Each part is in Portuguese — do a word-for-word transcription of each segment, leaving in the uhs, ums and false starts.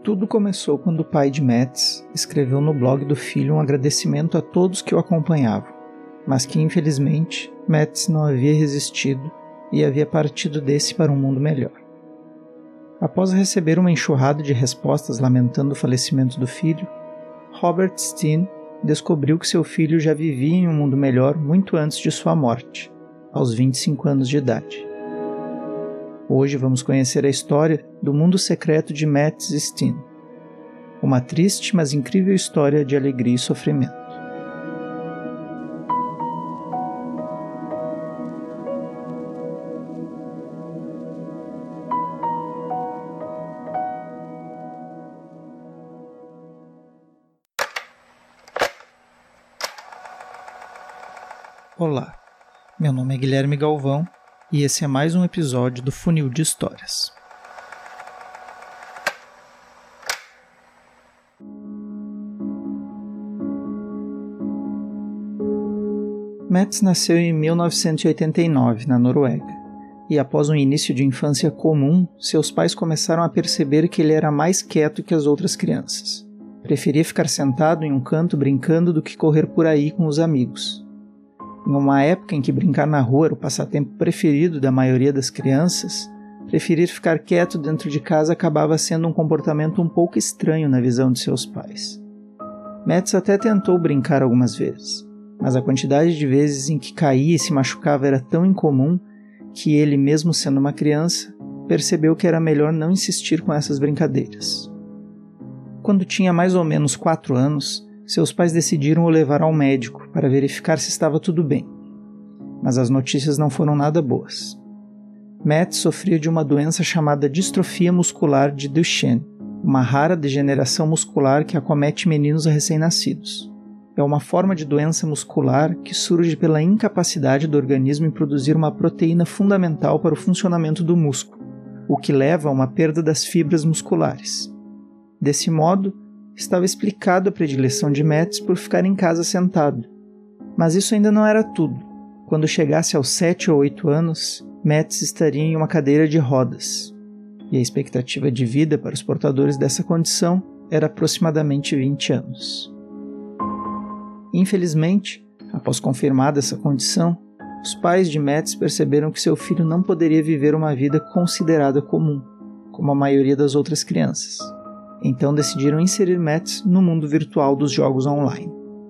Tudo começou quando o pai de Mads escreveu no blog do filho um agradecimento a todos que o acompanhavam, mas que infelizmente Mads não havia resistido e havia partido desse para um mundo melhor. Após receber uma enxurrada de respostas lamentando o falecimento do filho, Robert Steen descobriu que seu filho já vivia em um mundo melhor muito antes de sua morte, aos vinte e cinco anos de idade. Hoje vamos conhecer a história do mundo secreto de Mads Steen, uma triste mas incrível história de alegria e sofrimento. Olá, meu nome é Guilherme Galvão e esse é mais um episódio do Funil de Histórias. Mads nasceu em mil novecentos e oitenta e nove, na Noruega, e após um início de infância comum, seus pais começaram a perceber que ele era mais quieto que as outras crianças. Preferia ficar sentado em um canto brincando do que correr por aí com os amigos. Em uma época em que brincar na rua era o passatempo preferido da maioria das crianças, preferir ficar quieto dentro de casa acabava sendo um comportamento um pouco estranho na visão de seus pais. Mads até tentou brincar algumas vezes, mas a quantidade de vezes em que caía e se machucava era tão incomum que ele, mesmo sendo uma criança, percebeu que era melhor não insistir com essas brincadeiras. Quando tinha mais ou menos quatro anos, seus pais decidiram o levar ao médico para verificar se estava tudo bem. Mas as notícias não foram nada boas. Mads sofria de uma doença chamada distrofia muscular de Duchenne, uma rara degeneração muscular que acomete meninos recém-nascidos. É uma forma de doença muscular que surge pela incapacidade do organismo em produzir uma proteína fundamental para o funcionamento do músculo, o que leva a uma perda das fibras musculares. Desse modo, estava explicado a predileção de Mads por ficar em casa sentado. Mas isso ainda não era tudo. Quando chegasse aos sete ou oito anos, Mads estaria em uma cadeira de rodas. E a expectativa de vida para os portadores dessa condição era aproximadamente vinte anos. Infelizmente, após confirmada essa condição, os pais de Mads perceberam que seu filho não poderia viver uma vida considerada comum, como a maioria das outras crianças. Então decidiram inserir Mads no mundo virtual dos jogos online.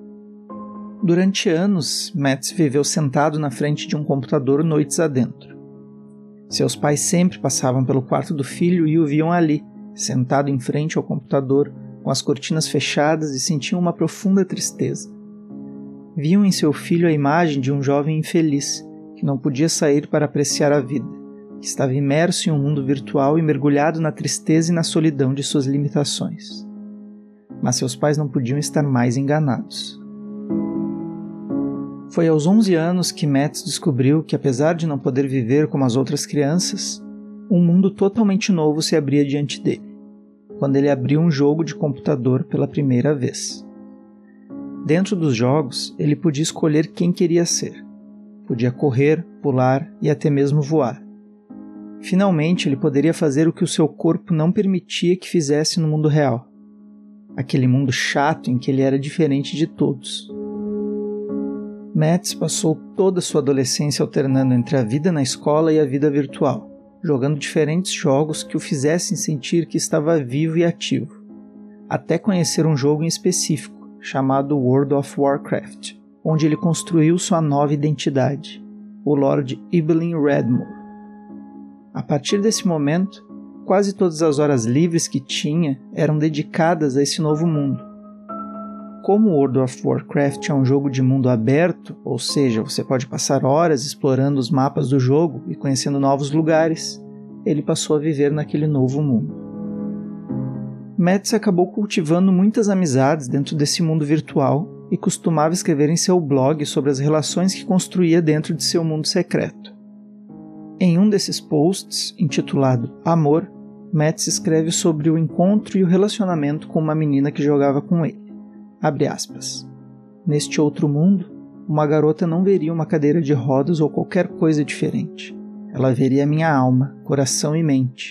Durante anos, Mads viveu sentado na frente de um computador noites adentro. Seus pais sempre passavam pelo quarto do filho e o viam ali, sentado em frente ao computador, com as cortinas fechadas, e sentiam uma profunda tristeza. Viam em seu filho a imagem de um jovem infeliz, que não podia sair para apreciar a vida, que estava imerso em um mundo virtual e mergulhado na tristeza e na solidão de suas limitações. Mas seus pais não podiam estar mais enganados. Foi aos onze anos que Mads descobriu que, apesar de não poder viver como as outras crianças, um mundo totalmente novo se abria diante dele, quando ele abriu um jogo de computador pela primeira vez. Dentro dos jogos, ele podia escolher quem queria ser. Podia correr, pular e até mesmo voar. Finalmente, ele poderia fazer o que o seu corpo não permitia que fizesse no mundo real. Aquele mundo chato em que ele era diferente de todos. Mads passou toda a sua adolescência alternando entre a vida na escola e a vida virtual, jogando diferentes jogos que o fizessem sentir que estava vivo e ativo, até conhecer um jogo em específico, chamado World of Warcraft, onde ele construiu sua nova identidade, o Lord Ibelin Redmoor. A partir desse momento, quase todas as horas livres que tinha eram dedicadas a esse novo mundo. Como World of Warcraft é um jogo de mundo aberto, ou seja, você pode passar horas explorando os mapas do jogo e conhecendo novos lugares, ele passou a viver naquele novo mundo. Mads acabou cultivando muitas amizades dentro desse mundo virtual e costumava escrever em seu blog sobre as relações que construía dentro de seu mundo secreto. Em um desses posts, intitulado Amor, Mads escreve sobre o encontro e o relacionamento com uma menina que jogava com ele. Abre aspas. Neste outro mundo, uma garota não veria uma cadeira de rodas ou qualquer coisa diferente. Ela veria minha alma, coração e mente,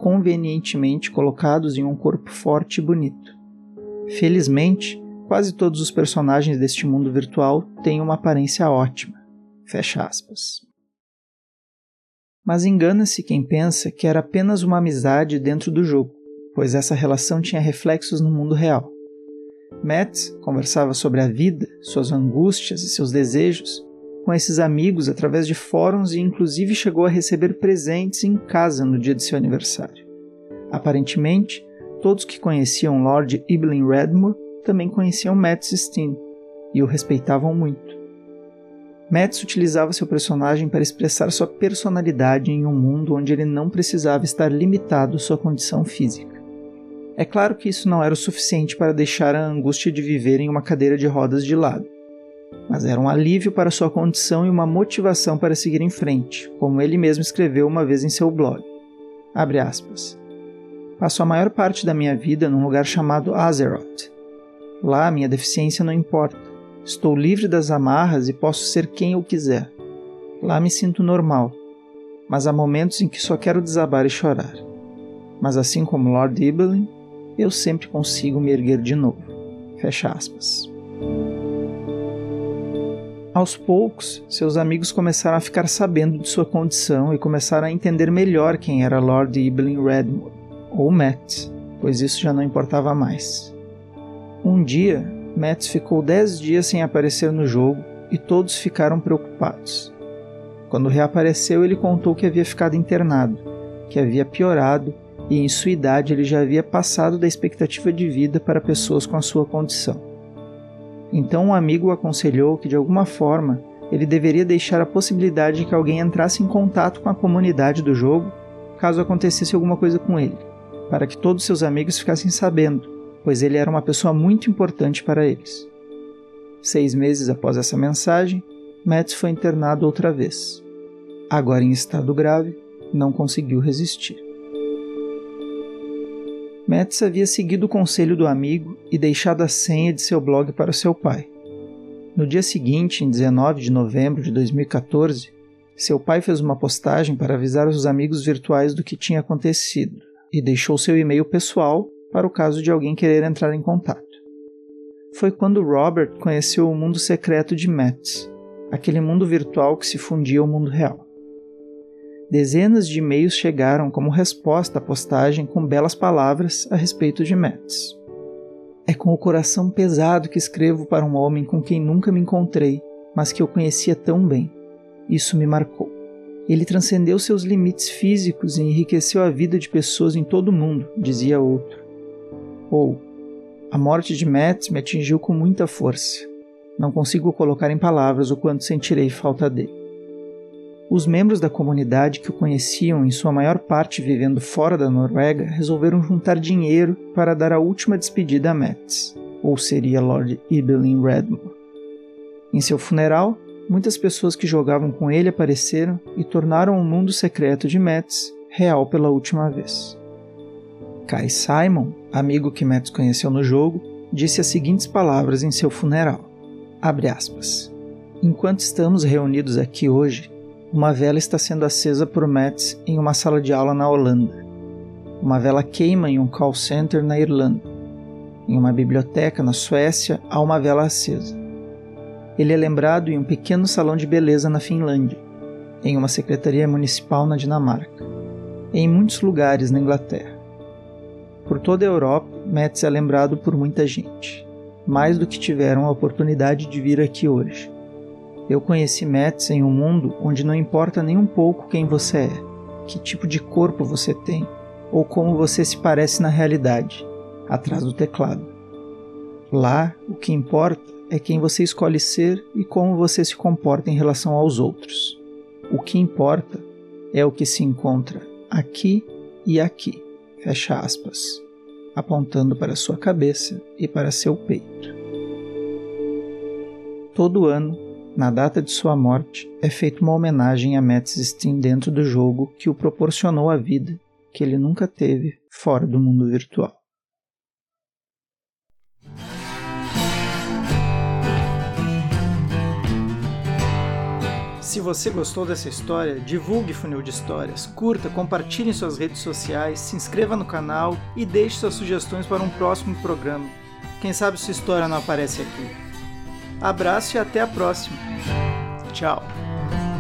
convenientemente colocados em um corpo forte e bonito. Felizmente, quase todos os personagens deste mundo virtual têm uma aparência ótima. Fecha aspas. Mas engana-se quem pensa que era apenas uma amizade dentro do jogo, pois essa relação tinha reflexos no mundo real. Matt conversava sobre a vida, suas angústias e seus desejos com esses amigos através de fóruns e inclusive chegou a receber presentes em casa no dia de seu aniversário. Aparentemente, todos que conheciam Lord Ibelin Redmore também conheciam Matt Steen e o respeitavam muito. Matt utilizava seu personagem para expressar sua personalidade em um mundo onde ele não precisava estar limitado à sua condição física. É claro que isso não era o suficiente para deixar a angústia de viver em uma cadeira de rodas de lado, mas era um alívio para sua condição e uma motivação para seguir em frente, como ele mesmo escreveu uma vez em seu blog. Abre aspas. Passo a maior parte da minha vida num lugar chamado Azeroth. Lá minha deficiência não importa. Estou livre das amarras e posso ser quem eu quiser. Lá me sinto normal, mas há momentos em que só quero desabar e chorar. Mas assim como Lord Ibelin, eu sempre consigo me erguer de novo. Fecha aspas. Aos poucos, seus amigos começaram a ficar sabendo de sua condição e começaram a entender melhor quem era Lord Ibelin Redmore, ou Matt, pois isso já não importava mais. Um dia, Matt ficou dez dias sem aparecer no jogo e todos ficaram preocupados. Quando reapareceu, ele contou que havia ficado internado, que havia piorado e em sua idade ele já havia passado da expectativa de vida para pessoas com a sua condição. Então um amigo o aconselhou que de alguma forma ele deveria deixar a possibilidade de que alguém entrasse em contato com a comunidade do jogo caso acontecesse alguma coisa com ele, para que todos seus amigos ficassem sabendo, pois ele era uma pessoa muito importante para eles. Seis meses após essa mensagem, Matt foi internado outra vez. Agora em estado grave, não conseguiu resistir. Matt havia seguido o conselho do amigo e deixado a senha de seu blog para seu pai. No dia seguinte, em dezenove de novembro de dois mil e quatorze, seu pai fez uma postagem para avisar os amigos virtuais do que tinha acontecido e deixou seu e-mail pessoal para o caso de alguém querer entrar em contato. Foi quando Robert conheceu o mundo secreto de Matt, aquele mundo virtual que se fundia ao mundo real. Dezenas de e-mails chegaram como resposta à postagem com belas palavras a respeito de Matt. É com o coração pesado que escrevo para um homem com quem nunca me encontrei, mas que eu conhecia tão bem. Isso me marcou. Ele transcendeu seus limites físicos e enriqueceu a vida de pessoas em todo o mundo, dizia outro. Ou, a morte de Matt me atingiu com muita força. Não consigo colocar em palavras o quanto sentirei falta dele. Os membros da comunidade que o conheciam, em sua maior parte vivendo fora da Noruega, resolveram juntar dinheiro para dar a última despedida a Matt, ou seria Lord Ibelin Redmore. Em seu funeral, muitas pessoas que jogavam com ele apareceram e tornaram o mundo secreto de Matt real pela última vez. Kai Simon, amigo que Matt conheceu no jogo, disse as seguintes palavras em seu funeral. Abre aspas. Enquanto estamos reunidos aqui hoje, uma vela está sendo acesa por Matt em uma sala de aula na Holanda. Uma vela queima em um call center na Irlanda. Em uma biblioteca na Suécia há uma vela acesa. Ele é lembrado em um pequeno salão de beleza na Finlândia, em uma secretaria municipal na Dinamarca, e em muitos lugares na Inglaterra. Por toda a Europa, Matt é lembrado por muita gente, mais do que tiveram a oportunidade de vir aqui hoje. Eu conheci Matt em um mundo onde não importa nem um pouco quem você é, que tipo de corpo você tem, ou como você se parece na realidade, atrás do teclado. Lá, o que importa é quem você escolhe ser e como você se comporta em relação aos outros. O que importa é o que se encontra aqui e aqui. Fecha aspas, apontando para sua cabeça e para seu peito. Todo ano, na data de sua morte, é feita uma homenagem a Matt Steen dentro do jogo que o proporcionou a vida que ele nunca teve fora do mundo virtual. Se você gostou dessa história, divulgue Funil de Histórias, curta, compartilhe em suas redes sociais, se inscreva no canal e deixe suas sugestões para um próximo programa. Quem sabe sua história não aparece aqui. Abraço e até a próxima. Tchau.